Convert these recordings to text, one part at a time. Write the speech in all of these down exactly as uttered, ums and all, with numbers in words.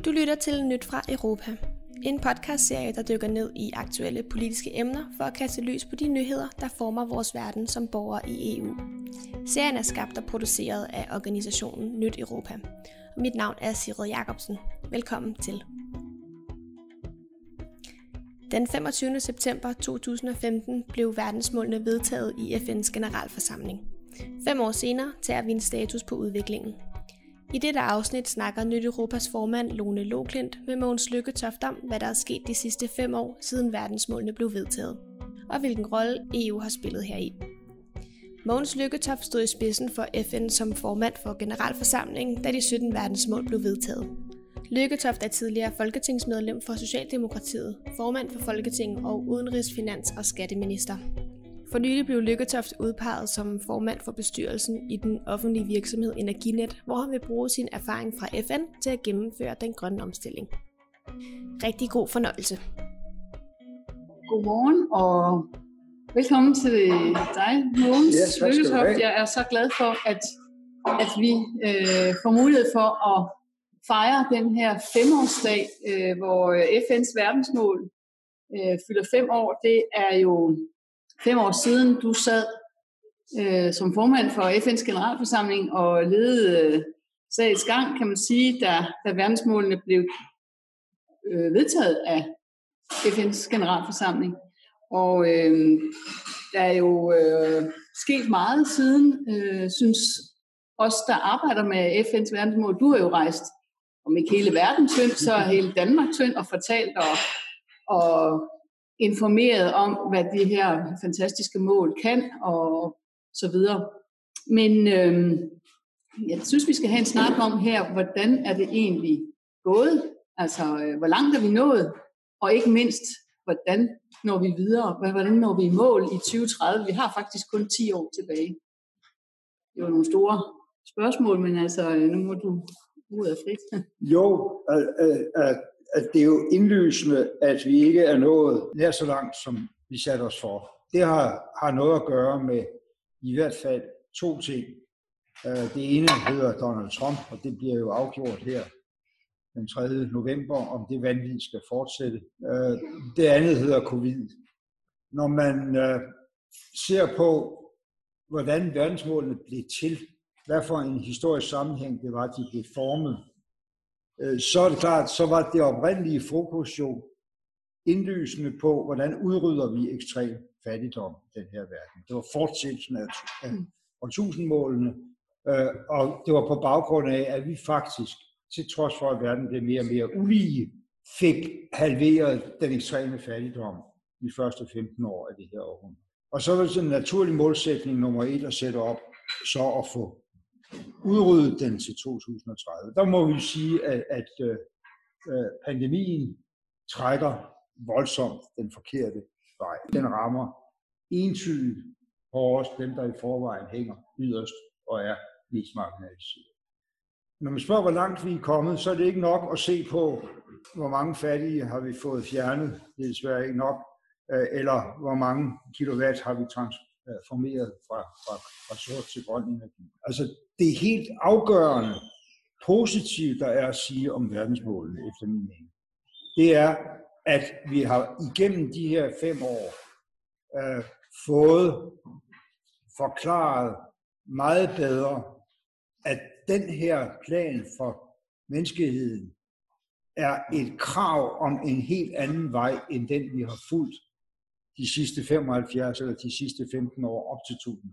Du lytter til Nyt fra Europa, en podcastserie, der dykker ned i aktuelle politiske emner for at kaste lys på de nyheder, der former vores verden som borgere i E U. Serien er skabt og produceret af organisationen Nyt Europa, og mit navn er Sigrid Jacobsen. Velkommen til. Den femogtyvende september to tusind og femten blev verdensmålene vedtaget i F N's generalforsamling. Fem år senere tager vi en status på udviklingen. I dette afsnit snakker Nyt Europas formand Lone Loklindt med Mogens Lykketoft om, hvad der er sket de sidste fem år, siden verdensmålene blev vedtaget, og hvilken rolle E U har spillet heri. Mogens Lykketoft stod i spidsen for F N som formand for generalforsamlingen, da de sytten verdensmål blev vedtaget. Lykketoft er tidligere folketingsmedlem for Socialdemokratiet, formand for Folketinget og udenrigs-, finans- og skatteminister. For nylig blev Lykketoft udpeget som formand for bestyrelsen i den offentlige virksomhed Energinet, hvor han vil bruge sin erfaring fra F N til at gennemføre den grønne omstilling. Rigtig god fornøjelse. Godmorgen og velkommen til dig, Mogens ja, Lykketoft. Jeg er så glad for, at, at vi øh, får mulighed for at fejre den her femårsdag, øh, hvor F N's verdensmål øh, fylder fem år. Det er jo fem år siden, du sad øh, som formand for F N's generalforsamling og ledede øh, sagens gang, kan man sige, da, da verdensmålene blev øh, vedtaget af F N's generalforsamling. Og øh, der er jo øh, sket meget siden, øh, synes os, der arbejder med F N's verdensmål. Du har jo rejst om ikke hele verden tynd, så hele Danmark tynd og fortalt og, og informeret om, hvad de her fantastiske mål kan, og så videre. Men øh, jeg synes, vi skal have en snak om her, hvordan er det egentlig gået? Altså, øh, hvor langt er vi nået? Og ikke mindst, hvordan når vi videre? Hvordan når vi i mål i tyve tredive? Vi har faktisk kun ti år tilbage. Det var nogle store spørgsmål, men altså, nu må du ud af frit. Jo, at, at, at det er jo indlysende, at vi ikke er nået nær så langt, som vi satte os for. Det har, har noget at gøre med i hvert fald to ting. Det ene hedder Donald Trump, og det bliver jo afgjort her den tredje november, om det vanvid skal fortsætte. Det andet hedder covid. Når man ser på, hvordan verdensmålene blev til, hvad for en historisk sammenhæng det var, de blev formet, så er det klart, så var det oprindelige fokus jo indlysende på, hvordan udrydder vi ekstrem fattigdom i den her verden. Det var fortsættelsen af årtusindmålene, og det var på baggrund af, at vi faktisk, til trods for at verden blev mere og mere ulige, fik halveret den ekstreme fattigdom de første femten år af det her århundrede. Og så var det sådan en naturlig målsætning nummer et at sætte op, så at få udryddet den til to tusind og tredive. Der må vi sige, at, at øh, pandemien trækker voldsomt den forkerte vej. Den rammer entydigt hårdest dem, der i forvejen hænger yderst og er mest marginaliseret. Når man spørger, hvor langt vi er kommet, så er det ikke nok at se på, hvor mange fattige har vi fået fjernet. Det er desværre ikke nok. Eller hvor mange kilowatt har vi transformeret fra, fra, fra sort til grøn energi. Altså det er helt afgørende positivt, der er at sige om verdensmålene, efter min mening. Det er, at vi har igennem de her fem år øh, fået forklaret meget bedre, at den her plan for menneskeheden er et krav om en helt anden vej, end den vi har fulgt de sidste femoghalvfjerds eller de sidste femten år op til tusind.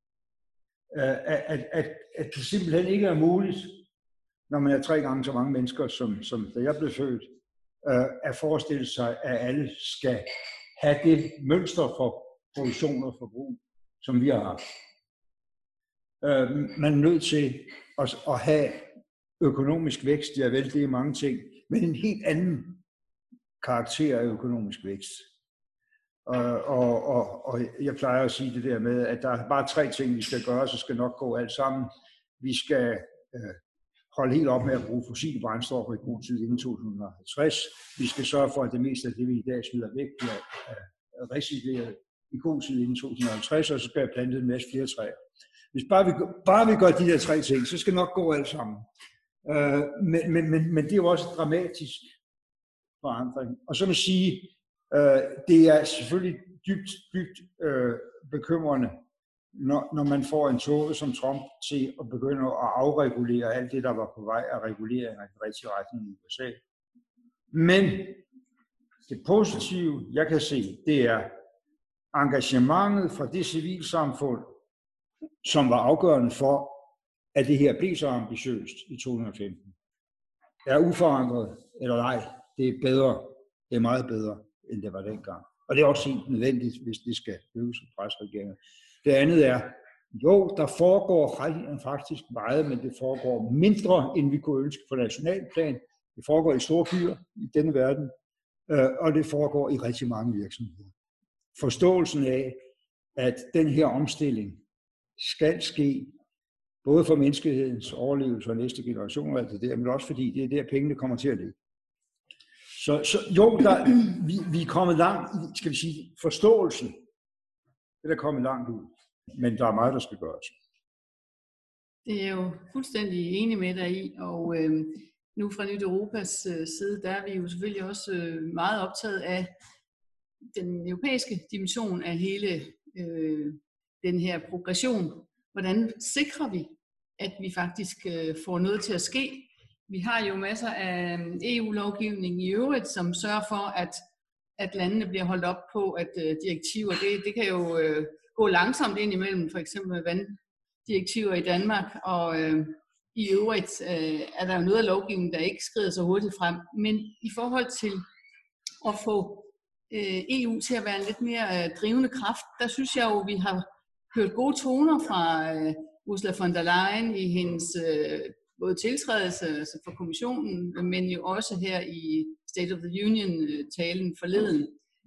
At, at, at, at det simpelthen ikke er muligt, når man er tre gange så mange mennesker, som, som da jeg blev født, at forestille sig, at alle skal have det mønster for produktion og forbrug, som vi har haft. Man er nødt til at, at have økonomisk vækst, ja vel, det er mange ting, men en helt anden karakter af økonomisk vækst. Og, og, og, og jeg plejer at sige det der med, at der er bare tre ting, vi skal gøre, så skal nok gå alt sammen. Vi skal øh, holde helt op med at bruge fossile brændstoffer i god tid inden to tusind og halvtreds. Vi skal sørge for, at det meste af det, vi i dag smider væk, bliver øh, recykleret i god tid inden to tusind og halvtreds, og så skal jeg plante en masse flere træer. Hvis bare vi, bare vi gør de der tre ting, så skal nok gå alt sammen. Øh, men, men, men, men det er jo også en dramatisk forandring. Og så må sige, øh, det er selvfølgelig dybt, dybt øh, bekymrende, når, når man får en tåbe som Trump til at begynde at afregulere alt det, der var på vej af reguleringer i den rigtige retning i U S A. Men det positive, jeg kan se, det er engagementet fra det civilsamfund, som var afgørende for, at det her blev så ambitiøst i to tusind og femten. Er uforandret eller ej, det er bedre, det er meget bedre, end det var dengang. Og det er også helt nødvendigt, hvis det skal lykkes at presse regeringen. Det andet er, jo, der foregår faktisk meget, men det foregår mindre, end vi kunne ønske på nationalplan. Det foregår i store byer i denne verden, og det foregår i rigtig mange virksomheder. Forståelsen af, at den her omstilling skal ske, både for menneskehedens overlevelse og næste generation, og alt det der, men også fordi det er der, pengene kommer til at ligge. Så, så jo, der, vi, vi er kommet langt i, skal vi sige, forståelsen. Det er kommet langt ud, men der er meget, der skal gøres. Det er jeg jo fuldstændig enig med dig i, og øh, nu fra Nyt Europas øh, side, der er vi jo selvfølgelig også øh, meget optaget af den europæiske dimension af hele øh, den her progression. Hvordan sikrer vi, at vi faktisk øh, får noget til at ske? Vi har jo masser af E U-lovgivning i øvrigt, som sørger for, at, at landene bliver holdt op på, at øh, direktiver, det, det kan jo øh, gå langsomt ind imellem, for eksempel vanddirektiver i Danmark, og øh, i øvrigt øh, er der jo noget af lovgivningen, der ikke skrider så hurtigt frem. Men i forhold til at få øh, E U til at være en lidt mere øh, drivende kraft, der synes jeg jo, vi har hørt gode toner fra øh, Ursula von der Leyen i hendes øh, både tiltrædelse altså for kommissionen, men jo også her i State of the Union-talen forleden.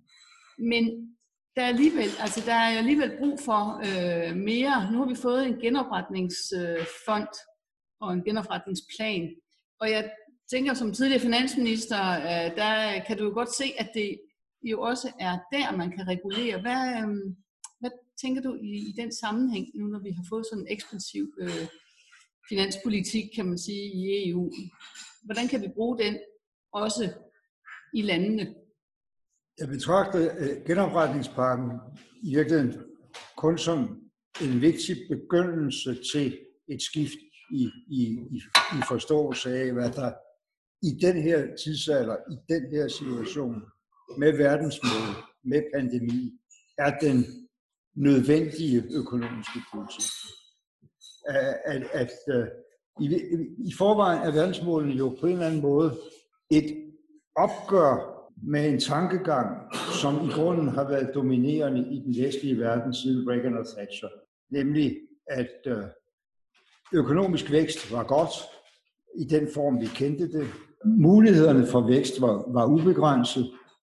Men der er alligevel, altså der er alligevel brug for øh, mere. Nu har vi fået en genopretningsfond og en genopretningsplan, og jeg tænker som tidligere finansminister, øh, der kan du jo godt se, at det jo også er der, man kan regulere. Hvad, øh, hvad tænker du i, i den sammenhæng, nu når vi har fået sådan en ekspansiv øh, finanspolitik, kan man sige, i E U? Hvordan kan vi bruge den også i landene? Jeg betragter genopretningspakken i virkeligheden kun som en vigtig begyndelse til et skift i, i, i, i forståelse af, hvad der i den her tidsalder, i den her situation, med verdensmål, med pandemi, er den nødvendige økonomiske politik. At, at, at i, i forvejen er verdensmålene jo på en eller anden måde et opgør med en tankegang, som i grunden har været dominerende i den vestlige verden siden Reagan og Thatcher. Nemlig, at økonomisk vækst var godt i den form, vi kendte det. Mulighederne for vækst var, var ubegrænset,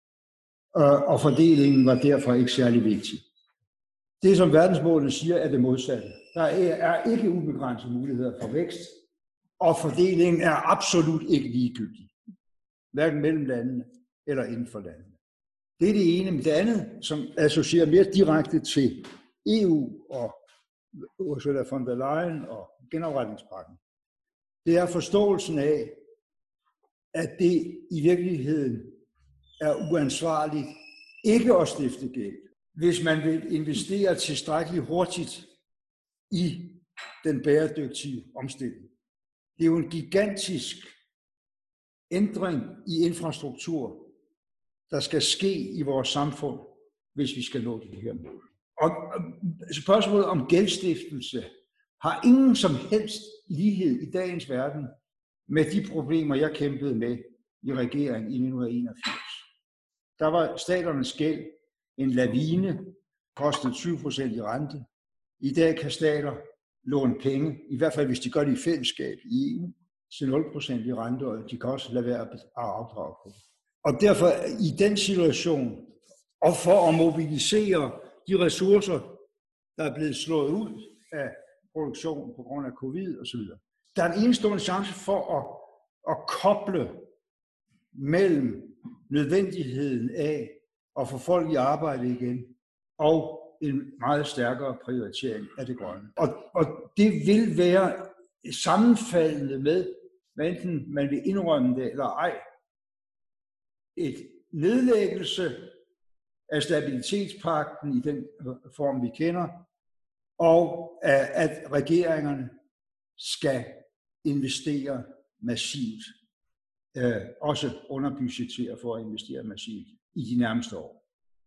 og fordelingen var derfor ikke særlig vigtig. Det, som verdensmålene siger, er det modsatte. Der er ikke ubegrænsede muligheder for vækst, og fordelingen er absolut ikke ligegyldig. Hverken mellem landene eller inden for landene. Det er det ene. Men det andet, som associerer mere direkte til E U og Ursula von der Leyen og genopretningspakken, det er forståelsen af, at det i virkeligheden er uansvarligt ikke at stifte gæld, hvis man vil investere tilstrækkeligt hurtigt i den bæredygtige omstilling. Det er jo en gigantisk ændring i infrastruktur, der skal ske i vores samfund, hvis vi skal nå det her mål. Og spørgsmålet om gældstiftelse har ingen som helst lighed i dagens verden med de problemer, jeg kæmpede med i regeringen i nitten enogfirs. Der var staternes gæld en lavine, kostede tyve procent i rente. I dag kan stater låne penge, i hvert fald hvis de gør det i fællesskab i E U, til nul procent i rente, og de kan også lade være at afdrage på. Og derfor i den situation, og for at mobilisere de ressourcer, der er blevet slået ud af produktion på grund af covid osv., der er en enestående chance for at, at koble mellem nødvendigheden af at få folk i arbejde igen, og en meget stærkere prioritering af det grønne. Og, og det vil være sammenfaldende med hvad enten man vil indrømme det eller ej, et nedlæggelse af stabilitetspagten i den form, vi kender, og at regeringerne skal investere massivt, øh, også underbudgettere for at investere massivt i de nærmeste år.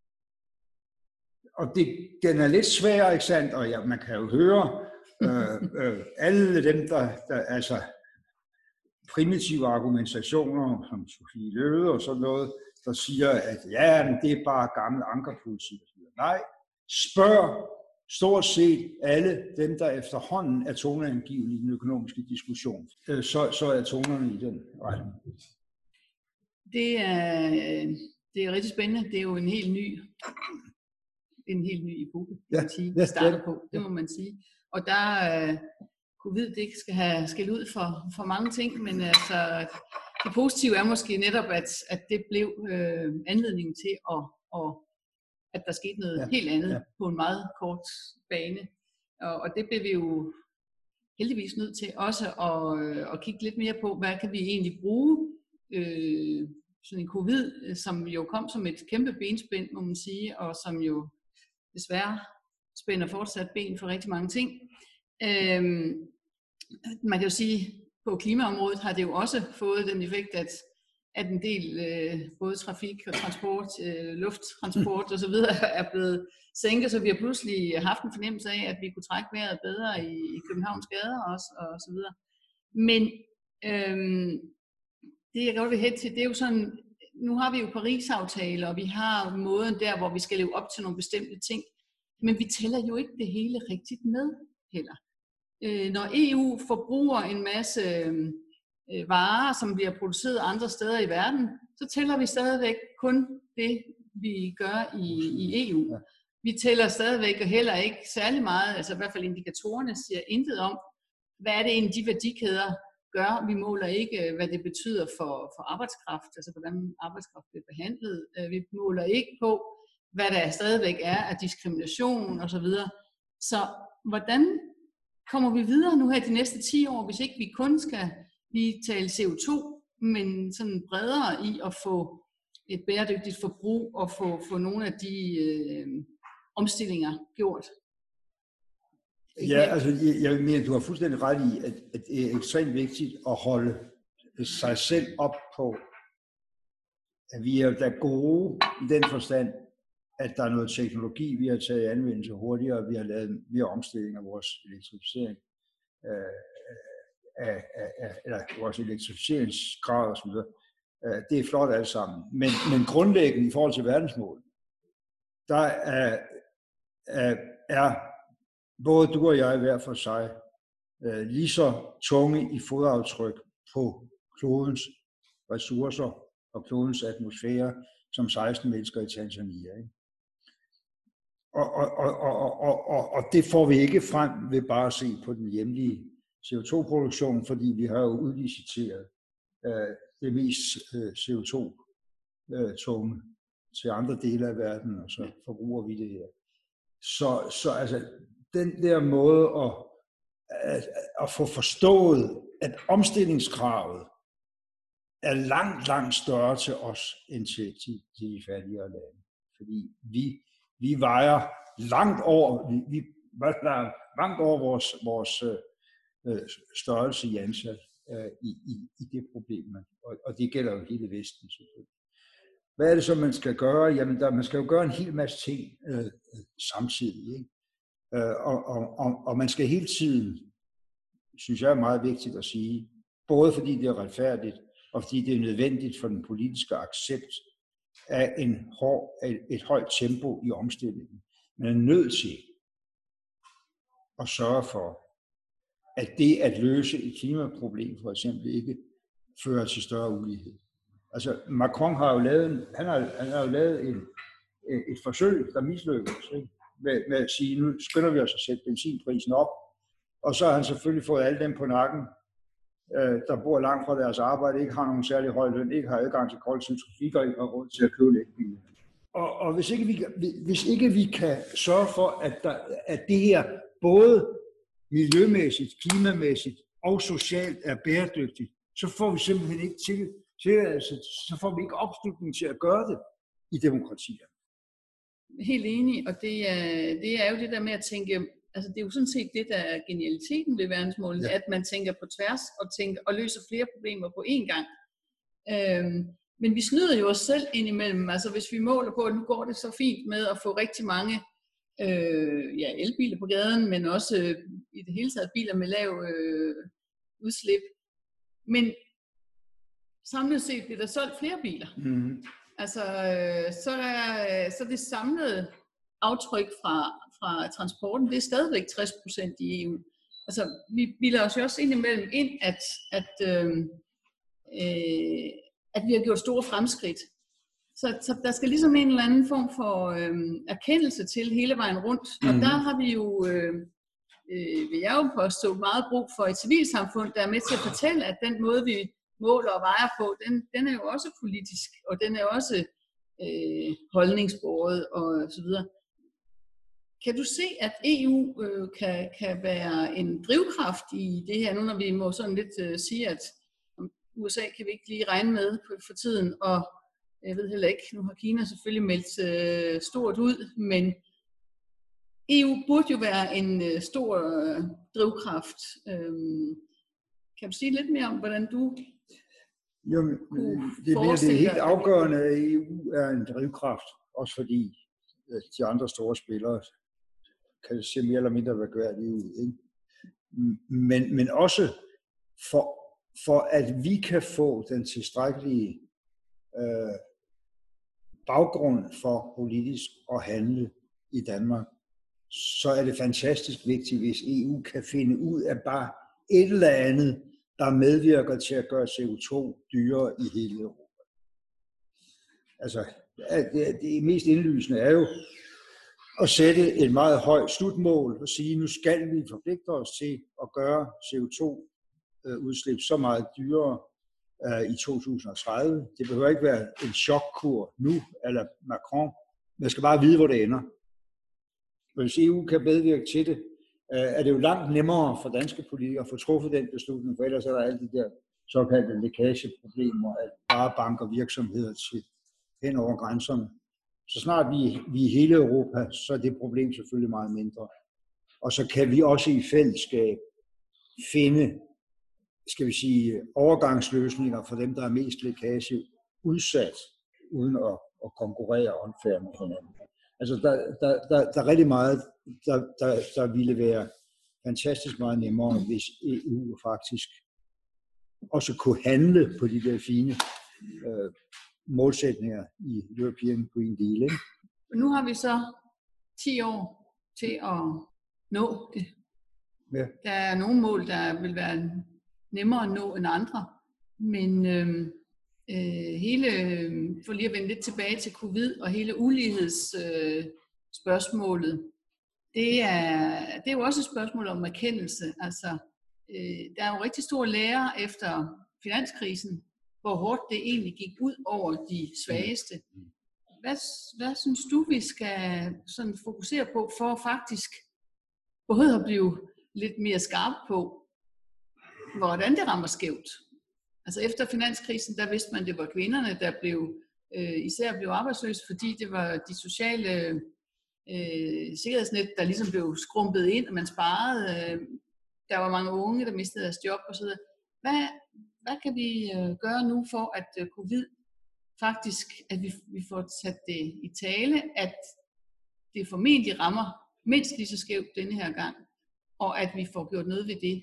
Og det, den er lidt svær, ikke sandt? Og ja, man kan jo høre øh, øh, alle dem, der, der altså primitive argumentationer, som Sophie Løhde og sådan noget, der siger, at ja, men det er bare gammel ankerpolitik. Nej, spørg stort set alle dem, der efterhånden er toneangivende i den økonomiske diskussion. Så, så er tonerne i den retning. Det er, det er rigtig spændende. Det er jo en helt ny, en helt ny epoke, ja, vi starter på. Det må man sige. Og der uh, covid det ikke skal have skæld ud for, for mange ting, men altså, det positive er måske netop, at, at det blev øh, anledningen til, at, at, at der skete noget ja, helt andet ja. på en meget kort bane. Og, og det blev vi jo heldigvis nødt til også at, at kigge lidt mere på, hvad kan vi egentlig bruge øh, sådan en covid, som jo kom som et kæmpe benspænd, må man sige, og som jo desværre spænder fortsat ben for rigtig mange ting. Øh, man kan jo sige, på klimaområdet har det jo også fået den effekt, at, at en del øh, både trafik og transport, øh, lufttransport osv. er blevet sænket, så vi har pludselig haft en fornemmelse af, at vi kunne trække vejret bedre i, i Københavns gader også, og så videre. Men øhm, det jeg godt vil hen til, det er jo sådan, nu har vi jo Paris-aftaler, og vi har måden der, hvor vi skal leve op til nogle bestemte ting, men vi tæller jo ikke det hele rigtigt med heller. Når E U forbruger en masse øh, varer, som bliver produceret andre steder i verden, så tæller vi stadigvæk kun det, vi gør i, i E U. Vi tæller stadigvæk og heller ikke særlig meget, altså i hvert fald indikatorerne siger intet om, hvad er det egentlig de værdikæder gør. Vi måler ikke, hvad det betyder for, for arbejdskraft, altså hvordan arbejdskraft bliver behandlet. Vi måler ikke på, hvad der stadigvæk er af diskrimination osv. Så hvordan kommer vi videre nu her de næste ti år, hvis ikke vi kun skal lige tale C O to, men sådan bredere i at få et bæredygtigt forbrug og få, få nogle af de øh, omstillinger gjort? Ja, altså jeg mener, du har fuldstændig ret i, at, at det er ekstremt vigtigt at holde sig selv op på, at vi er da gode i den forstand, at der er noget teknologi, vi har taget i anvendelse hurtigere, vi har lavet mere omstilling af vores elektrificering, øh, af, af, af, eller vores elektrificeringsgrad og så videre. Øh, det er flot alt sammen. Men, men grundlæggende i forhold til verdensmål, der er, er, er både du og jeg hver for sig øh, lige så tunge i fodaftryk på klodens ressourcer og klodens atmosfære som seksten mennesker i Tanzania. Ikke? Og, og, og, og, og, og, og det får vi ikke frem ved bare at se på den hjemlige C O to produktion, fordi vi har jo udliciteret øh, det mest øh, C O to tunge til andre dele af verden, og så forbruger vi det her. Så, så altså, den der måde at, at, at få forstået, at omstillingskravet er langt, langt større til os, end til, til, til de fattigere lande. Fordi vi, vi vejer langt over, vi, vi langt over vores, vores øh, størrelse i ansat øh, i, i, i det problem. Og, og det gælder jo hele Vesten selvfølgelig. Hvad er det så, man skal gøre? Jamen, der, man skal jo gøre en hel masse ting øh, samtidig. Ikke? Øh, og, og, og, og man skal hele tiden, synes jeg er meget vigtigt at sige, både fordi det er retfærdigt, og fordi det er nødvendigt for den politiske accept af en hård, et højt tempo i omstillingen. Man er nødt til at sørge for, at det at løse et klimaproblem for eksempel ikke fører til større ulighed. Altså Macron har jo lavet, han har, han har jo lavet en, et forsøg, der mislykkedes, ikke? Med, med at sige, nu skynder vi os at sætte benzinprisen op, og så har han selvfølgelig fået alle dem på nakken, der bor langt fra deres arbejde, ikke har nogen særlig høj løn, ikke har adgang til kollektiv trafik og ikke har råd til at købe elbiler. Og, og hvis, ikke vi, hvis ikke vi kan sørge for, at, der, at det her både miljømæssigt, klimamæssigt og socialt er bæredygtigt, så får vi simpelthen ikke til, til altså, så får vi ikke opslutning til at gøre det i demokratier. Helt enig, og det er, det er jo det der med at tænke, altså det er jo sådan set det, der er genialiteten ved verdensmålet, ja. At man tænker på tværs og, tænker, og løser flere problemer på én gang. Øhm, men vi snyder jo os selv indimellem, altså hvis vi måler på, at nu går det så fint med at få rigtig mange øh, ja, elbiler på gaden, men også øh, i det hele taget biler med lav øh, udslip. Men samlet set bliver der solgt flere biler. Mm. Altså, øh, så, er, så det samlede aftryk fra, fra transporten, det er stadigvæk tres procent i E U. Altså, vi bilder os jo også indimellem ind, at, at, øh, øh, at vi har gjort store fremskridt. Så, så der skal ligesom en eller anden form for øh, erkendelse til hele vejen rundt. Mm. Og der har vi jo, øh, øh, vil jeg jo påstå, meget brug for et civilsamfund, der er med til at fortælle, at den måde, vi måler og vejer på, den, den er jo også politisk, og den er også øh, holdningsbåret og så videre. Kan du se, at E U øh, kan, kan være en drivkraft i det her, nu når vi må sådan lidt øh, sige, at U S A kan vi ikke lige regne med for, for tiden, og jeg ved heller ikke, nu har Kina selvfølgelig meldt øh, stort ud, men E U burde jo være en øh, stor øh, drivkraft. Øhm, kan du sige lidt mere om, hvordan du jo, det, er mere, det er helt afgørende, at E U er en drivkraft, også fordi de andre store spillere kan se mere eller mindre værkværdige ud. Ikke? Men, men også for, for at vi kan få den tilstrækkelige øh, baggrund for politisk at handle i Danmark, så er det fantastisk vigtigt, hvis E U kan finde ud af bare et eller andet, der medvirker til at gøre C O to dyrere i hele Europa. Altså, det, det mest indlysende er jo at sætte et meget højt slutmål og sige, nu skal vi forpligte os til at gøre C O to udslip så meget dyrere i to tusind og tredive. Det behøver ikke være en chokkur nu, eller Macron. Man skal bare vide, hvor det ender. Hvis E U kan medvirke til det, er det jo langt nemmere for danske politikere at få truffet den beslutning, for ellers er der alle de der såkaldte lækageproblemer, at bare banker virksomheder til hen over grænserne. Så snart vi, vi er i hele Europa, så er det problem selvfølgelig meget mindre. Og så kan vi også i fællesskab finde, skal vi sige, overgangsløsninger for dem, der er mest lækage udsat, uden at, at konkurrere unfair med hinanden. Altså, der, der, der, der er rigtig meget, der, der, der ville være fantastisk meget nemmere, hvis E U faktisk også kunne handle på de der fine øh, målsætninger i European Green Deal. Ikke? Nu har vi så ti år til at nå det. Ja. Der er nogle mål, der vil være nemmere at nå end andre, men øh, øh, hele, for lige at vende lidt tilbage til covid og hele ulighedsspørgsmålet, øh, det, er, det er jo også et spørgsmål om erkendelse. Altså, øh, der er jo rigtig stor lære efter finanskrisen, hvor hårdt det egentlig gik ud over de svageste. Hvad, hvad synes du, vi skal sådan fokusere på for faktisk både at blive lidt mere skarp på, hvordan det rammer skævt? Altså efter finanskrisen, der vidste man, at det var kvinderne, der blev øh, især blev arbejdsløse, fordi det var de sociale øh, sikkerhedsnet, der ligesom blev skrumpet ind, og man sparede. Øh, der var mange unge, der mistede deres job osv. Hvad, hvad kan vi øh, gøre nu for, at øh, covid faktisk, at vi, vi får sat det i tale, at det formentlig rammer mindst lige så skævt denne her gang, og at vi får gjort noget ved det?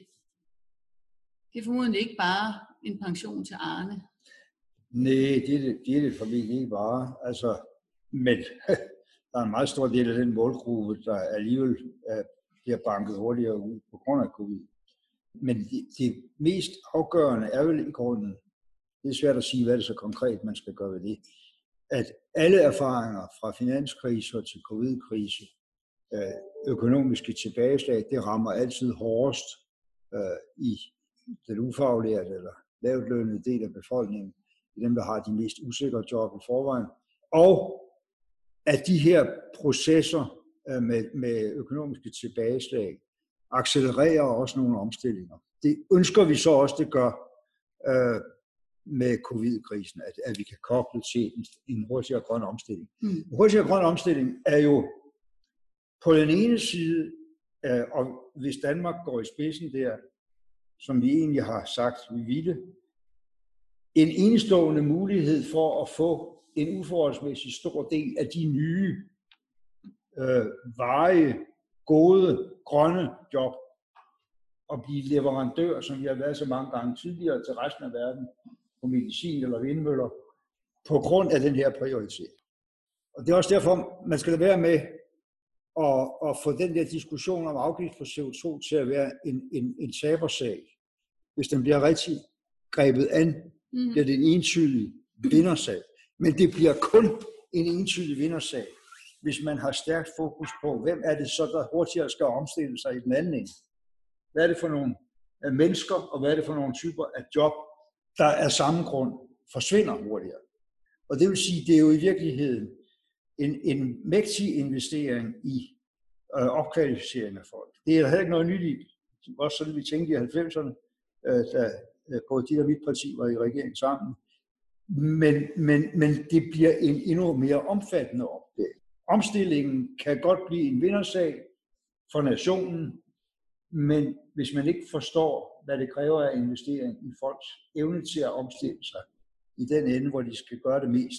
Det er formodentlig ikke bare en pension til Arne. Nej, det er det, det, er det formentlig ikke bare. Altså, men der er en meget stor del af den målgruppe, der alligevel er, bliver banket hurtigere ud på grund af covid. Men det, det mest afgørende er vel i grunden, det er svært at sige, hvad det så konkret man skal gøre ved det, at alle erfaringer fra finanskriser til covid-krise, økonomiske tilbageslag, det rammer altid hårdest i den ufaglærte eller lavtlønnede del af befolkningen, dem, der har de mest usikre job i forvejen. Og at de her processer med, med økonomiske tilbageslag accelererer også nogle omstillinger. Det ønsker vi så også, det gør øh, med covid-krisen, at, at vi kan koble til en, en hurtigere grøn omstilling. Mm. En hurtigere grøn omstilling er jo på den ene side, øh, og hvis Danmark går i spidsen der, som vi egentlig har sagt, vi ville, en enestående mulighed for at få en uforholdsmæssig stor del af de nye, øh, varige, gode, grønne job, og blive leverandør, som vi har været så mange gange tidligere til resten af verden, på medicin eller vindmøller, på grund af den her prioritering. Og det er også derfor, man skal være med at, at få den der diskussion om afgift på C O to til at være en, en, en tabersag. Hvis den bliver rigtig grebet an, mm. bliver det en entydig vindersag. Men det bliver kun en entydig vindersag, hvis man har stærkt fokus på, hvem er det så, der hurtigere skal omstille sig i den anden ende. Hvad er det for nogle mennesker, og hvad er det for nogle typer af job, der af samme grund forsvinder hurtigere. Og det vil sige, det er jo i virkeligheden en, en mægtig investering i øh, opkvalificering af folk. Det er der ikke noget nyt i. Også sådan, vi tænkte i halvfemserne, øh, da øh, både dit og mit parti var i regeringen sammen. Men, men, men det bliver en endnu mere omfattende opgave. Omstillingen kan godt blive en vindersag for nationen, men hvis man ikke forstår, hvad det kræver af investering i folks evne til at omstille sig i den ende, hvor de skal gøre det mest,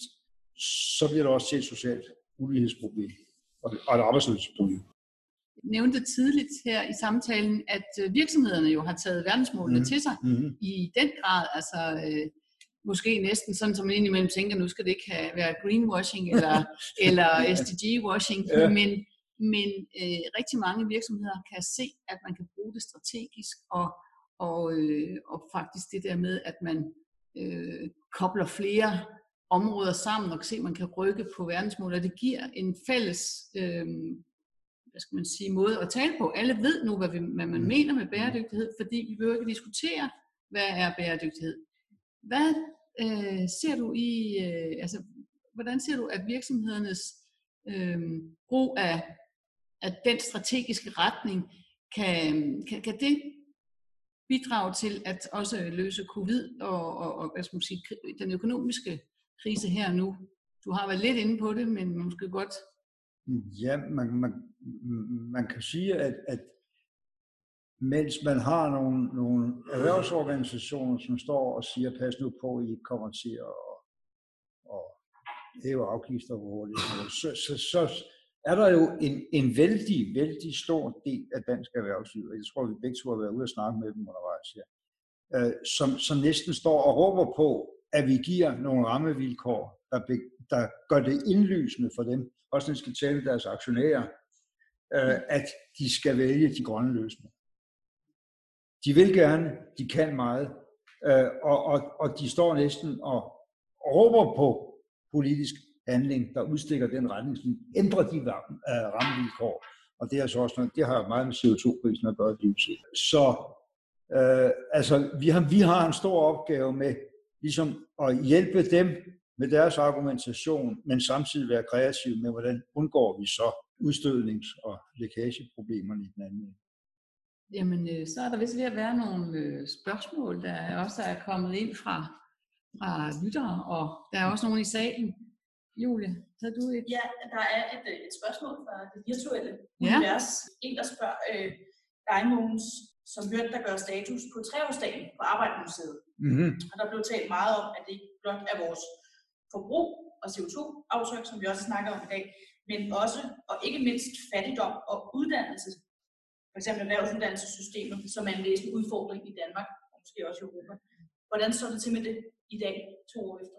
så bliver det også til et socialt ulighedsproblem og et arbejdsløshedsproblem. Jeg nævnte tidligt her i samtalen, at virksomhederne jo har taget verdensmålene mm. til sig mm-hmm. i den grad, altså øh, måske næsten sådan, som man indimellem tænker, nu skal det ikke have, være greenwashing eller, eller S D G-washing, ja. men Men øh, rigtig mange virksomheder kan se, at man kan bruge det strategisk, og, og, øh, og faktisk det der med, at man øh, kobler flere områder sammen, og kan se, at man kan rykke på verdensmål, og det giver en fælles øh, hvad skal man sige, måde at tale på. Alle ved nu, hvad, vi, hvad man mener med bæredygtighed, fordi vi behøver ikke diskutere, hvad er bæredygtighed. Hvad øh, ser du i, øh, altså, hvordan ser du, at virksomhedernes øh, brug af at den strategiske retning, kan, kan, kan det bidrage til at også løse covid og, og, og hvad skal man sige, den økonomiske krise her nu? Du har været lidt inde på det, men måske godt. Ja, man, man, man kan sige, at, at mens man har nogle, nogle erhvervsorganisationer, som står og siger, pas nu på, I kommer til at, at hæve afgifter hurtigt, så, så, så er der jo en, en vældig, vældig stor del af dansk erhvervsliv, og jeg tror, vi begge to har været ude og snakke med dem undervejs her, øh, som, som næsten står og råber på, at vi giver nogle rammevilkår, der, be, der gør det indlysende for dem, også når de skal tale deres aktionærer, øh, at de skal vælge de grønne løsninger. De vil gerne, de kan meget, øh, og, og, og de står næsten og råber på politisk handling, der udstikker den retningslinje, ændrer de rammevilkår. Og det er så også noget, det har meget med C O to-prisen at gøre. Så øh, altså, vi har, vi har en stor opgave med ligesom at hjælpe dem med deres argumentation, men samtidig være kreative med, hvordan undgår vi så udstødnings- og lækageproblemerne i den anden. Jamen, så er der vist ved at være nogle spørgsmål, der også er kommet ind fra, fra lyttere, og der er også nogen i salen. Julie, tager du et? Ja, der er et, et spørgsmål fra det virtuelle univers. Ja. En, der spørger øh, dig, Mogens, som hørte, der gør status på treårsdagen på Arbejdermuseet. Mm-hmm. Og der blev talt meget om, at det ikke blot er vores forbrug og C O to-aftryk, som vi også snakker om i dag, men også, og ikke mindst, fattigdom og uddannelse. For eksempel erhvervsuddannelsessystemet, som er en væsentlig udfordring i Danmark, og måske også i Europa. Hvordan står det til med det i dag, to år efter?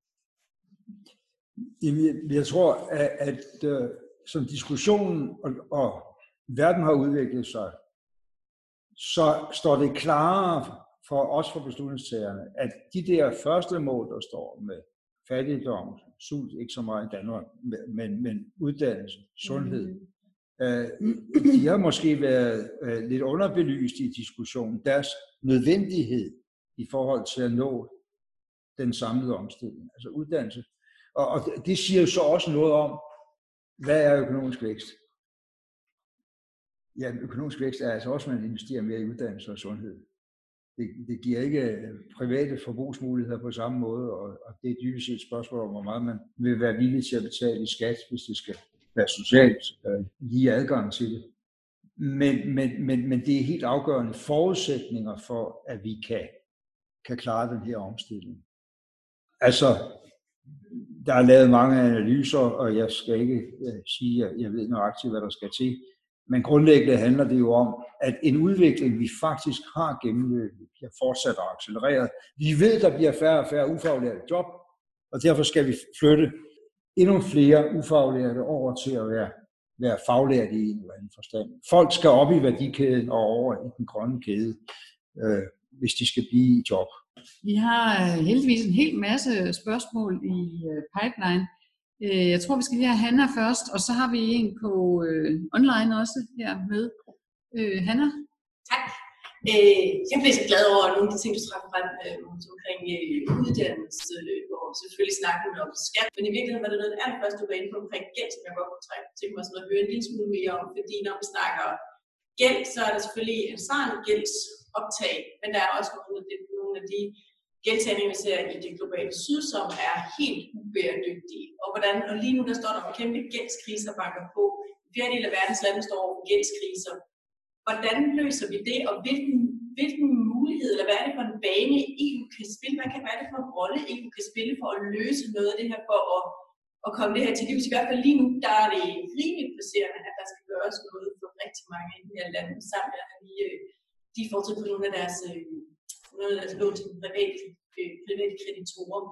Jeg tror, at, at som diskussionen og, og verden har udviklet sig, så står det klarere for os for beslutningstagerne, at de der første mål, der står med fattigdom, sult, ikke så meget i Danmark, men, men uddannelse, sundhed, mm. de har måske været lidt underbelyst i diskussionen. Deres nødvendighed i forhold til at nå den samlede omstilling, altså uddannelse. Og, og det siger jo så også noget om, hvad er økonomisk vækst? Ja, økonomisk vækst er altså også, at man investerer mere i uddannelse og sundhed. det, det giver ikke private forbrugsmuligheder på samme måde, og, og det er dybest set et spørgsmål om, hvor meget man vil være villig til at betale i skat, hvis det skal være socialt øh, lige adgang til det. Men, men, men, men det er helt afgørende forudsætninger for, at vi kan, kan klare den her omstilling. Altså, der er lavet mange analyser, og jeg skal ikke uh, sige, at jeg ved nøjagtigt, hvad der skal til. Men grundlæggende handler det jo om, at en udvikling, vi faktisk har gennemløbet, bliver fortsat og accelereret. Vi ved, der bliver færre og færre ufaglærte job, og derfor skal vi flytte endnu flere ufaglærte over til at være, være faglærte i en eller anden forstand. Folk skal op i værdikæden og over i den grønne kæde, øh, hvis de skal blive i job. Vi har heldigvis en hel masse spørgsmål i pipeline. Jeg tror, vi skal lige have Hanna først, og så har vi en på øh, online også her med. Øh, Hanna? Tak. Øh, jeg blev så glad over nogle af de ting, du træffer frem øh, omkring øh, uddannelse og selvfølgelig snakken om skat. Men i virkeligheden var det noget af det allerførste, du var inde på omkring gæld, som jeg godt kunne trække til mig at høre en lille smule mere om. Fordi når vi snakker gæld, så er der selvfølgelig en sådan gældsoptag, men der er også nogle af de, nogle af de gældstagninger, vi ser i det globale syd, som er helt ubæredygtige. Og, hvordan, og lige nu der står der kæmpe gældskriser banker på. En fjerdedel af verdens lande står over gældskriser. Hvordan løser vi det, og hvilken, hvilken mulighed, eller hvad er det for en bane E U kan spille? Hvad kan være det for en rolle E U kan spille for at løse noget af det her, for at, at komme det her til livs? I hvert fald lige nu, der er det rimeligt placerende, at der skal gøres noget for rigtig mange i de her lande, sammen med at de, de får til på nogle af deres, nogle af deres lån til private, private kreditorer.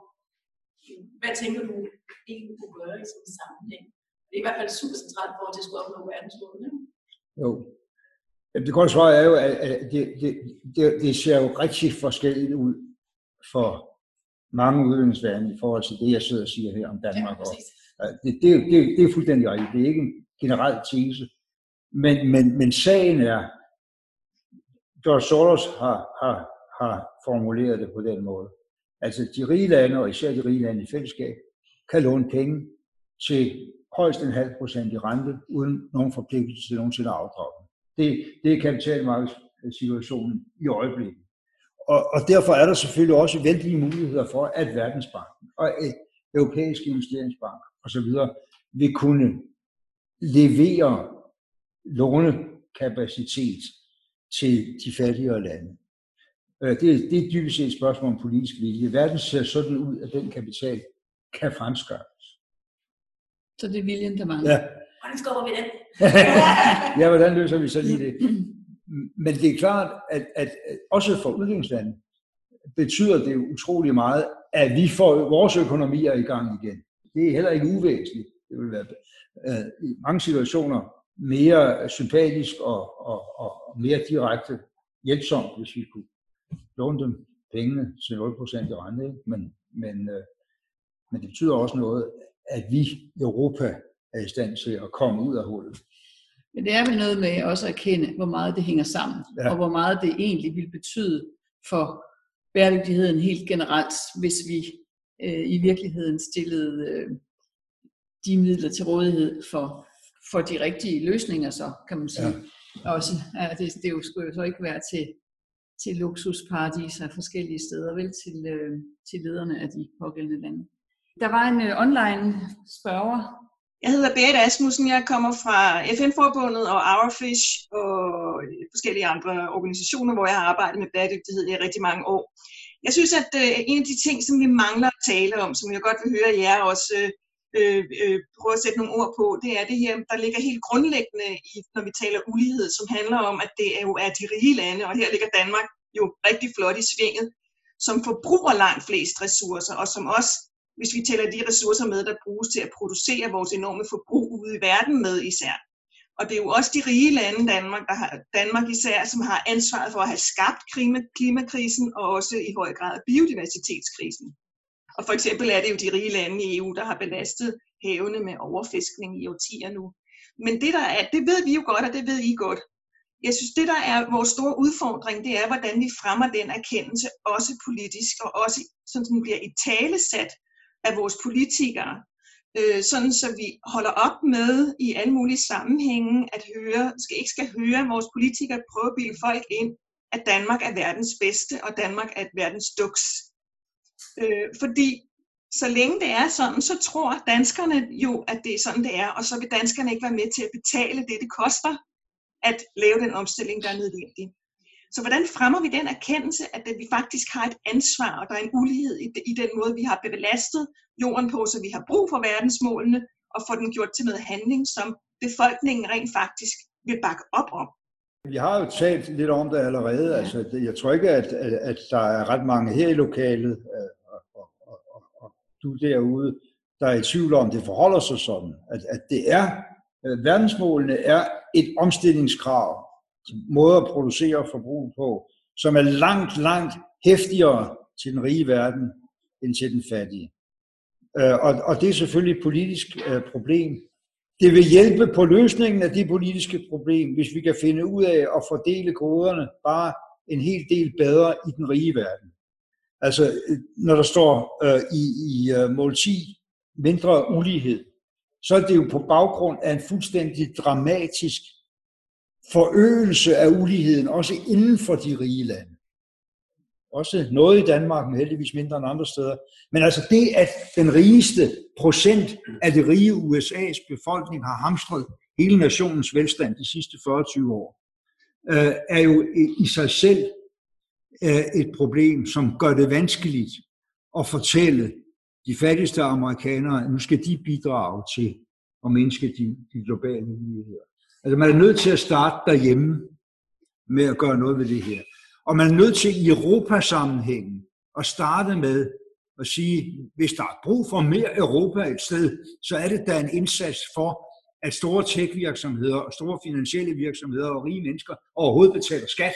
Hvad tænker du, E U kunne gøre i sådan en sammenhæng? Det er i hvert fald super centralt for at skulle opnå verdensmålene. Jo. Det gode svar er jo, at det, det, det, det ser jo rigtig forskelligt ud for mange udviklingslande i forhold til det, jeg sidder og siger her om Danmark. Ja, og det, det, det, det er fuldstændig rigtigt. Det er ikke en generel tese. Men, men, men sagen er, George Soros har, har, har formuleret det på den måde. Altså de rige lande, og især de rige lande i fællesskab, kan låne penge til højst en halv procent i rente, uden nogen forpligtelse til nogensinde at afdrage. Det, det er kapitalmarkedssituationen i øjeblikket. Og, og derfor er der selvfølgelig også vældige muligheder for, at Verdensbanken og Europæiske Investeringsbank osv. vil kunne levere lånekapacitet til de fattigere lande. Det, det er dybest set et spørgsmål om politisk vilje. Verden ser sådan ud, at den kapital kan fremskaffes. Så det er viljen, der mangler. Ja. Hvordan skubber vi den? Ja, hvordan løser vi så lige det? Men det er klart, at, at også for udviklingslandet betyder det utrolig meget, at vi får vores økonomier i gang igen. Det er heller ikke uvæsentligt. Det vil være uh, i mange situationer mere sympatisk og, og, og mere direkte hjælpsomt, hvis vi kunne låne dem pengene til nul procent i rente. Men, men, uh, men det betyder også noget, at vi i Europa er i stand til at komme ud af hullet. Men det er vel noget med også at erkende, hvor meget det hænger sammen, ja. Og hvor meget det egentlig vil betyde for bæredygtigheden helt generelt, hvis vi øh, i virkeligheden stillede øh, de midler til rådighed for, for de rigtige løsninger, så kan man sige. Ja. Også, ja, det, det jo, skulle jo så ikke være til, til luksusparadiser forskellige steder, vel til, øh, til lederne af de pågældende lande. Der var en øh, online spørger. Jeg hedder Berit Asmussen, jeg kommer fra F N-forbundet og Hourfish og forskellige andre organisationer, hvor jeg har arbejdet med bæredygtighed i rigtig mange år. Jeg synes, at øh, en af de ting, som vi mangler at tale om, som jeg godt vil høre jer også øh, øh, prøve at sætte nogle ord på, det er det her, der ligger helt grundlæggende, i, når vi taler ulighed, som handler om, at det jo er de rige lande, og her ligger Danmark jo rigtig flot i svinget, som forbruger langt flest ressourcer, og som også, hvis vi tæller de ressourcer med, der bruges til at producere vores enorme forbrug ude i verden med især. Og det er jo også de rige lande, Danmark, der har, Danmark især, som har ansvaret for at have skabt klima, klimakrisen og også i høj grad biodiversitetskrisen. Og for eksempel er det jo de rige lande i E U, der har belastet havene med overfiskning i årtier nu. Men det der er, det ved vi jo godt, og det ved I godt. Jeg synes, det der er vores store udfordring, det er, hvordan vi fremmer den erkendelse, også politisk, og også sådan, den bliver italesat af vores politikere, øh, sådan så vi holder op med i alle mulige sammenhænge at høre, skal ikke skal høre vores politikere prøve at bilde folk ind, at Danmark er verdens bedste, og Danmark er verdens duks. Øh, fordi så længe det er sådan, så tror danskerne jo, at det er sådan, det er, og så vil danskerne ikke være med til at betale det, det koster at lave den omstilling, der er nødvendig. Så hvordan fremmer vi den erkendelse, at vi faktisk har et ansvar, og der er en ulighed i den måde, vi har belastet jorden på, så vi har brug for verdensmålene, og få den gjort til noget handling, som befolkningen rent faktisk vil bakke op om? Vi har jo talt lidt om det allerede. Ja. Altså, jeg tror ikke, at, at, at der er ret mange her i lokalet, og, og, og, og, og du derude, der er i tvivl om, det forholder sig sådan, at, at det er, verdensmålene er et omstillingskrav, måde at producere og forbruge på, som er langt, langt heftigere til den rige verden, end til den fattige. Og, og det er selvfølgelig et politisk uh, problem. Det vil hjælpe på løsningen af det politiske problem, hvis vi kan finde ud af at fordele koderne bare en hel del bedre i den rige verden. Altså, når der står uh, i, i uh, mål ti, mindre ulighed, så er det jo på baggrund af en fuldstændig dramatisk forøgelse af uligheden, også inden for de rige lande. Også noget i Danmark, men heldigvis mindre end andre steder. Men altså det, at den rigeste procent af det rige U S A's befolkning har hamstret hele nationens velstand de sidste fyrre til tyve år, øh, er jo i sig selv øh, et problem, som gør det vanskeligt at fortælle de fattigste amerikanere, at nu skal de bidrage til at mindske de, de globale uligheder. Altså man er nødt til at starte derhjemme med at gøre noget ved det her. Og man er nødt til i Europasammenhængen at starte med at sige, hvis der er brug for mere Europa et sted, så er det da en indsats for, at store tech-virksomheder og store finansielle virksomheder og rige mennesker overhovedet betaler skat.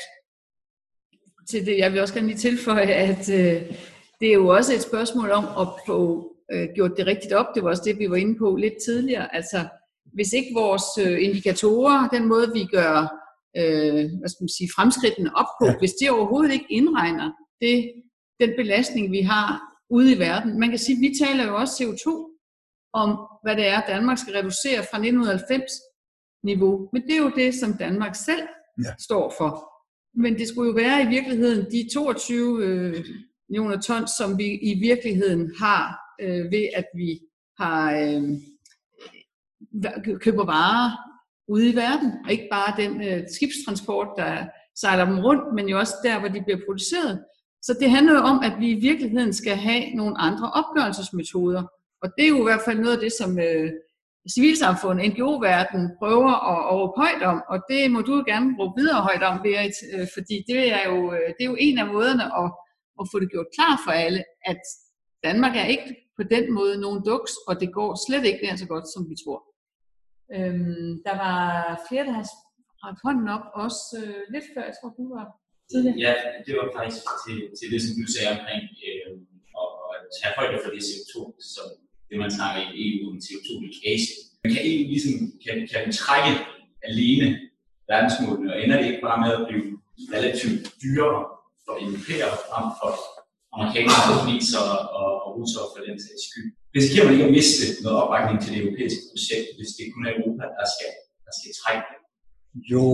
Til det, jeg vil også gerne lige tilføje, at øh, det er jo også et spørgsmål om at få øh, gjort det rigtigt op. Det var også det, vi var inde på lidt tidligere. Altså, hvis ikke vores øh, indikatorer, den måde vi gør øh, hvad skal man sige, fremskridtene op på, ja. Hvis de overhovedet ikke indregner det, den belastning, vi har ude i verden. Man kan sige, at vi taler jo også C O to om, hvad det er, Danmark skal reducere fra nitten halvfems niveau. Men det er jo det, som Danmark selv ja. står for. Men det skulle jo være i virkeligheden de toogtyve øh, millioner tons, som vi i virkeligheden har øh, ved, at vi har øh, køber varer ude i verden, og ikke bare den øh, skibstransport, der sejler dem rundt, men jo også der, hvor de bliver produceret. Så det handler jo om, at vi i virkeligheden skal have nogle andre opgørelsesmetoder. Og det er jo i hvert fald noget af det, som øh, civilsamfundet, N G O-verdenen prøver at, at råbe højt om, og det må du jo gerne råbe videre højt om, Berit, øh, fordi det er, jo, det er jo en af måderne at, at få det gjort klar for alle, at Danmark er ikke på den måde nogen duks, og det går slet ikke nær så godt, som vi tror. Øhm, der var flere, der har rakt hånden op, også øh, lidt før, jeg tror, du var tidligere. Ja, det var faktisk til, til det, som du sagde omkring øh, at, at tage højde for det C O to, som det man snakker i E U om C O to leakage. Man kan egentlig ligesom kan, kan trække alene verdensmålene, og ender det ikke bare med at blive relativt dyrere for europæere frem for amerikanere, kinesere og, og russere for den sags skyld. Risikerer man ikke at miste noget opbakning til det europæiske projekt, hvis det kun er Europa, der skal, der skal trække det? Jo,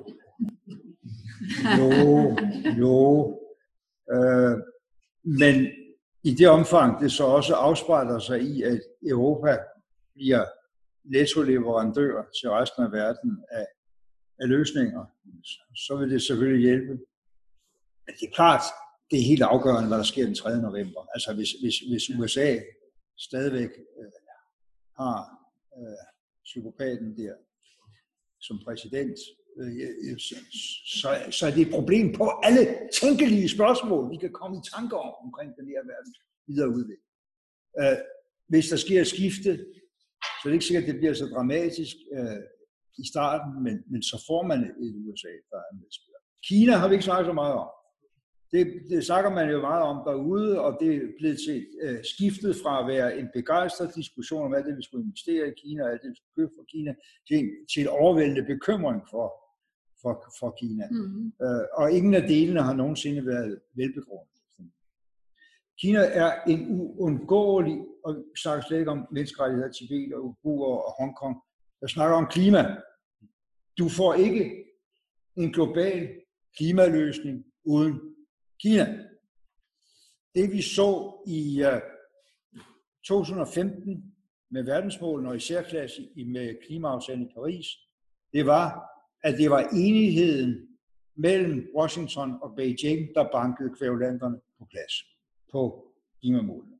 jo, jo. Øh, men i det omfang, det så også afspejler sig i, at Europa bliver nettoleverandør til resten af verden af, af løsninger, så vil det selvfølgelig hjælpe. Men det er klart, det er helt afgørende, hvad der sker den tredje november. Altså hvis, hvis, hvis U S A stadigvæk øh, har øh, psykopaten der som præsident, øh, så, så, så er det et problem på alle tænkelige spørgsmål, vi kan komme i tanker om omkring den her verden videre udvikling. Øh, hvis der sker et skifte, så er det ikke sikkert, at det bliver så dramatisk øh, i starten, men, men så får man et U S A, der er medspiller. Kina har vi ikke snakket så meget om. Det, det snakker man jo meget om derude, og det er blevet til øh, skiftet fra at være en begejstret diskussion om alt det, vi skulle investere i Kina, og alt det, vi skulle købe fra Kina, til en, til en overvældende bekymring for, for, for Kina. Mm-hmm. Øh, og ingen af delene har nogensinde været velbegrundet. Kina er en uundgåelig, og vi snakker slet ikke om menneskerettigheder, Tibet og Uyghur og Hongkong. Jeg snakker om klima. Du får ikke en global klimaløsning uden Kina. Det vi så i uh, to tusind og femten med verdensmålene og i særklasse med klimaaftalen i Paris, det var, at det var enigheden mellem Washington og Beijing, der bankede kvævlanderne på plads på klimamålene.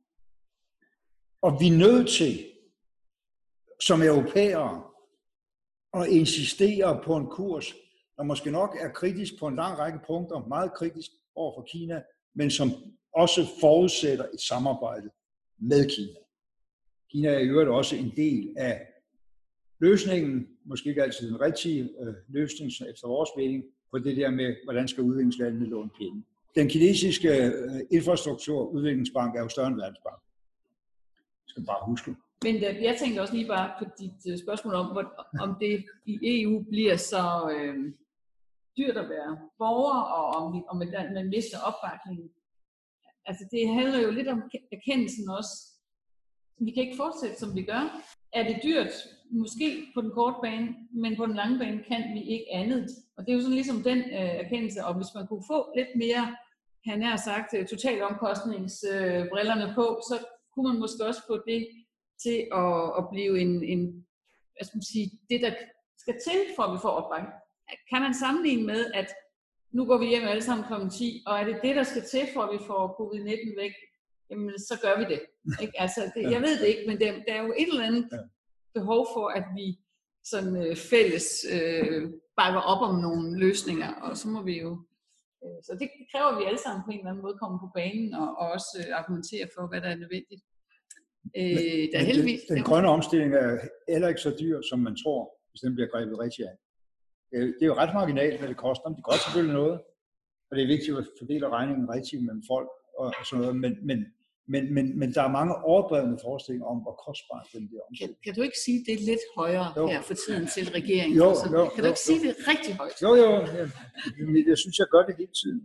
Og vi er nødt til, som europæere, at insistere på en kurs, der måske nok er kritisk på en lang række punkter, meget kritisk over for Kina, men som også forudsætter et samarbejde med Kina. Kina er i øvrigt også en del af løsningen, måske ikke altid den rigtige øh, løsning efter vores mening, på det der med, hvordan skal udviklingslandene låne penge. Den kinesiske øh, infrastrukturudviklingsbank er jo større end Verdensbank. Jeg skal bare huske. Men der, jeg tænkte også lige bare på dit spørgsmål om, om det i E U bliver så øh, dyrt at være borger, og om, vi, om man mister opbakningen. Altså det handler jo lidt om erkendelsen også. Vi kan ikke fortsætte, som vi gør. Er det dyrt? Måske på den korte bane, men på den lange bane kan vi ikke andet. Og det er jo sådan ligesom den øh, erkendelse, og hvis man kunne få lidt mere, han har sagt, totalomkostningsbrillerne øh, på, så kunne man måske også få det til at, at blive en, en, hvad skal man sige, det der skal til, for at vi får opbakning. Kan man sammenligne med, at nu går vi hjem alle sammen klokken ti, og er det det, der skal til, for at vi får covid nitten væk, jamen så gør vi det. Ikke? Altså, det, jeg ved det ikke, men der, der er jo et eller andet behov for, at vi sådan øh, fælles øh, bakker op om nogle løsninger, og så må vi jo, øh, så det kræver, at vi alle sammen på en eller anden måde kommer på banen, og, og også øh, argumentere for, hvad der er nødvendigt. Øh, der er heldigvis, den, den grønne omstilling er heller ikke så dyr, som man tror, hvis den bliver grebet rigtig af. Det er jo ret marginalt, hvad det koster. Det koster selvfølgelig noget, og det er vigtigt at fordele regningen rigtigt mellem folk og sådan noget, men, men, men, men, men der er mange overdrevne forestillinger om, hvor kostbar den der omstilling. Kan, kan du ikke sige, det er lidt højere jo. Her for tiden til regeringen? Jo, altså, jo, kan du jo, ikke jo. sige det rigtig højt? Jo, jo. Jeg, jeg synes, jeg gør det hele tiden.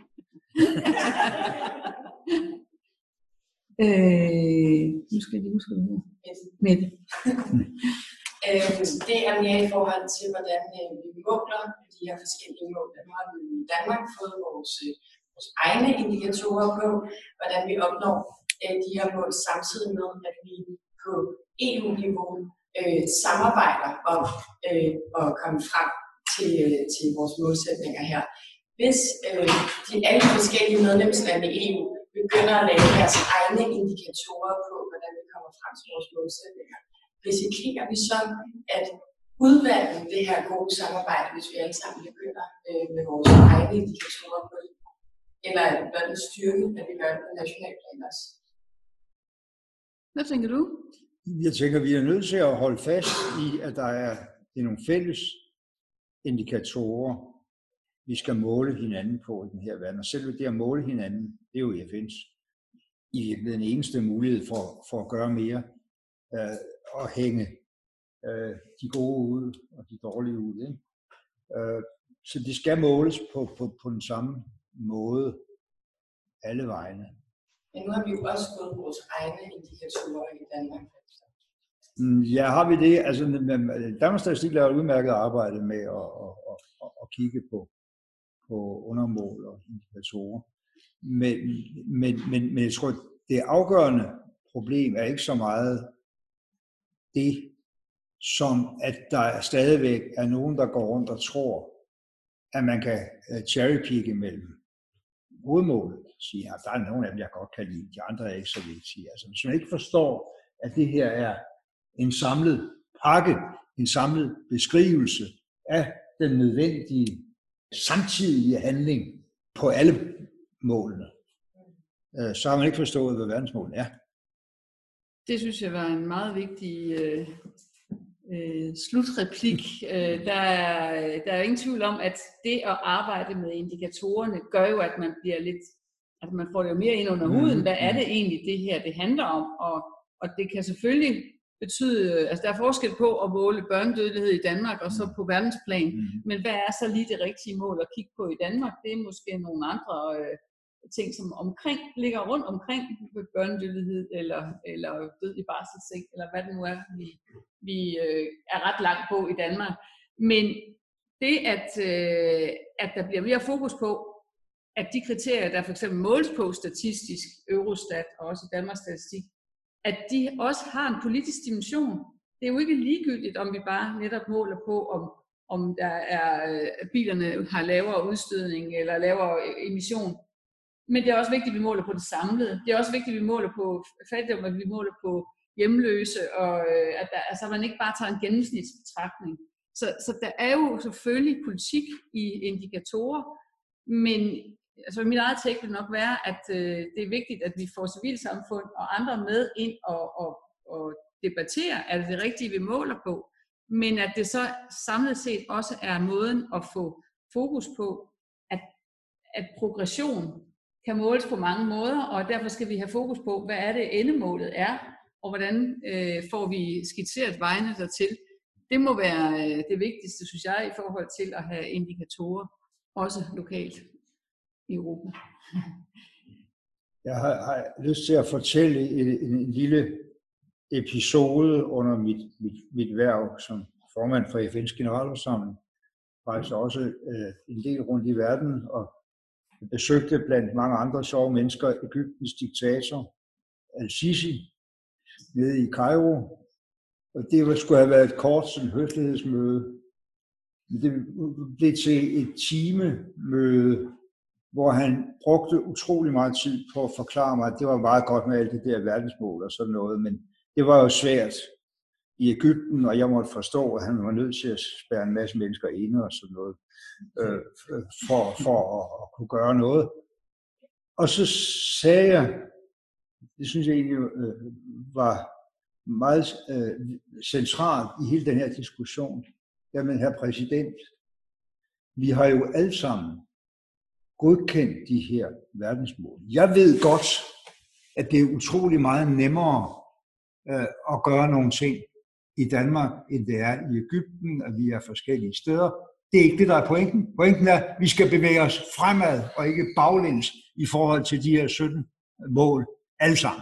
øh, nu skal jeg lige huske det her. Mette. Øh, det er mere i forhold til, hvordan øh, vi måler de her forskellige mål. Nu har vi i Danmark fået vores, øh, vores egne indikatorer på, hvordan vi opnår øh, de her mål, samtidig med, at vi på E U-niveau øh, samarbejder om øh, at komme frem til, øh, til vores målsætninger her. Hvis øh, de alle forskellige medlemslande i E U begynder at lave deres egne indikatorer på, hvordan vi kommer frem til vores målsætninger, risikerer vi så at udvande det her gode samarbejde, hvis vi alle sammen begynder øh, med vores egne indikatorer på det? Eller er det blot en styrke, at vi gør det på nationalplan også? Hvad tænker du? Jeg tænker, vi er nødt til at holde fast i, at der er, det er nogle fælles indikatorer, vi skal måle hinanden på i den her verden. Og selve det at måle hinanden, det er jo F N's i den eneste mulighed for, for at gøre mere. Øh, og hænge øh, de gode ud og de dårlige ud. Ikke? Øh, så de skal måles på, på, på den samme måde alle vegne. Men nu har vi jo også fået vores egne indikatorer i Danmark. Ja, har vi det? Altså, Danmarks Statistik laver et udmærket arbejde med at, at, at, at kigge på, på undermål og indikatorer. Men, men, men, men jeg tror, det afgørende problem er ikke så meget det, som at der stadigvæk er nogen, der går rundt og tror, at man kan cherrypicke mellem hovedmålet. Sige, at der er nogle af dem, jeg godt kan lide, de andre er ikke så vigtige. Altså, hvis man ikke forstår, at det her er en samlet pakke, en samlet beskrivelse af den nødvendige samtidige handling på alle målene, så har man ikke forstået, hvad verdensmålene er. Det synes jeg var en meget vigtig øh, øh, slutreplik. Øh, der, er, der er ingen tvivl om, at det at arbejde med indikatorerne gør jo, at man bliver lidt, at man får det jo mere ind under huden. Hvad er det egentlig, det her det handler om? Og, og det kan selvfølgelig betyde, altså der er forskel på at måle børnedødelighed i Danmark og så på verdensplan. Men hvad er så lige det rigtige mål at kigge på i Danmark? Det er måske nogle andre øh, ting, som omkring, ligger rundt omkring børnedødelighed eller, eller død i barselsseng, eller hvad det nu er, vi, vi øh, er ret langt på i Danmark. Men det, at, øh, at der bliver mere fokus på, at de kriterier, der for eksempel måles på statistisk, Eurostat og også Danmarks Statistik, at de også har en politisk dimension. Det er jo ikke ligegyldigt, om vi bare netop måler på, om, om der er, at bilerne har lavere udstødning eller lavere emission. Men det er også vigtigt, at vi måler på det samlede. Det er også vigtigt, at vi måler på fattigdom, at vi måler på hjemløse, og at der, altså, man ikke bare tager en gennemsnitsbetragtning. Så, så der er jo selvfølgelig politik i indikatorer, men altså, mit eget take vil nok være, at øh, det er vigtigt, at vi får civilsamfund og andre med ind og, og, og debattere, er det det rigtige, vi måler på, men at det så samlet set også er måden at få fokus på, at, at progression kan måles på mange måder, og derfor skal vi have fokus på, hvad er det endemålet er, og hvordan øh, får vi skitseret vejene dertil. Det må være øh, det vigtigste, synes jeg, i forhold til at have indikatorer, også lokalt i Europa. Jeg har, har lyst til at fortælle en, en, en lille episode under mit, mit, mit værv som formand for F N's generalforsamling. Faktisk også øh, en del rundt i verden, og besøgte blandt mange andre sjove mennesker Egyptens diktator Al-Sisi nede i Kairo. Og det skulle have været et kort sådan høflighedsmøde. Men det blev til et timemøde, hvor han brugte utrolig meget tid på at forklare mig, at det var meget godt med alt det der verdensmål og sådan noget, men det var jo svært i Egypten, og jeg måtte forstå, at han var nødt til at spærre en masse mennesker inde og sådan noget, øh, for, for at, at kunne gøre noget. Og så sagde jeg, det synes jeg egentlig øh, var meget øh, centralt i hele den her diskussion, jamen herr præsident, vi har jo alle sammen godkendt de her verdensmål. Jeg ved godt, at det er utrolig meget nemmere øh, at gøre nogle ting i Danmark, end det er i Egypten, og vi er forskellige steder. Det er ikke det, der er pointen. Pointen er, at vi skal bevæge os fremad, og ikke baglæns i forhold til de her sytten mål, alle sammen.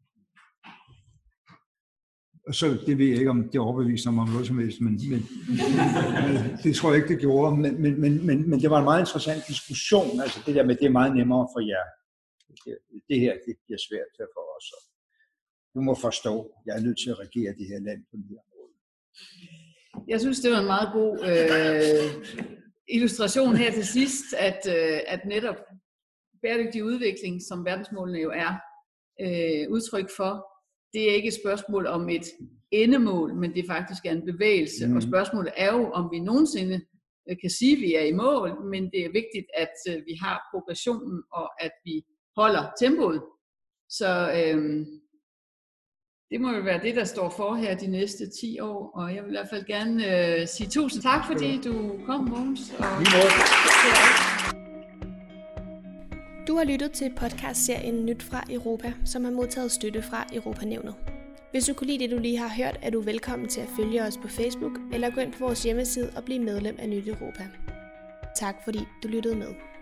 Og så, det ved jeg ikke, om det overbeviser mig om noget som helst, men, men det tror jeg ikke, det gjorde. Men, men, men, men, men det var en meget interessant diskussion, altså det der med, det er meget nemmere for jer. Det, det her, det bliver svært for os. Du må forstå, jeg er nødt til at regere det her land på den her måde. Jeg synes, det var en meget god øh, illustration her til sidst, at, øh, at netop bæredygtig udvikling, som verdensmålene jo er øh, udtryk for, det er ikke et spørgsmål om et endemål, men det faktisk er en bevægelse. Mm. Og spørgsmålet er jo, om vi nogensinde kan sige, at vi er i mål, men det er vigtigt, at vi har progressionen, og at vi holder tempoet. Så øhm, det må jo være det, der står for her de næste ti år. Og jeg vil i hvert fald gerne øh, sige tusind tak, fordi du kom, Mogens. Og du har lyttet til podcastserien Nyt fra Europa, som har modtaget støtte fra Europanævnet. Hvis du kunne lide det, du lige har hørt, er du velkommen til at følge os på Facebook, eller gå ind på vores hjemmeside og blive medlem af Nyt Europa. Tak fordi du lyttede med.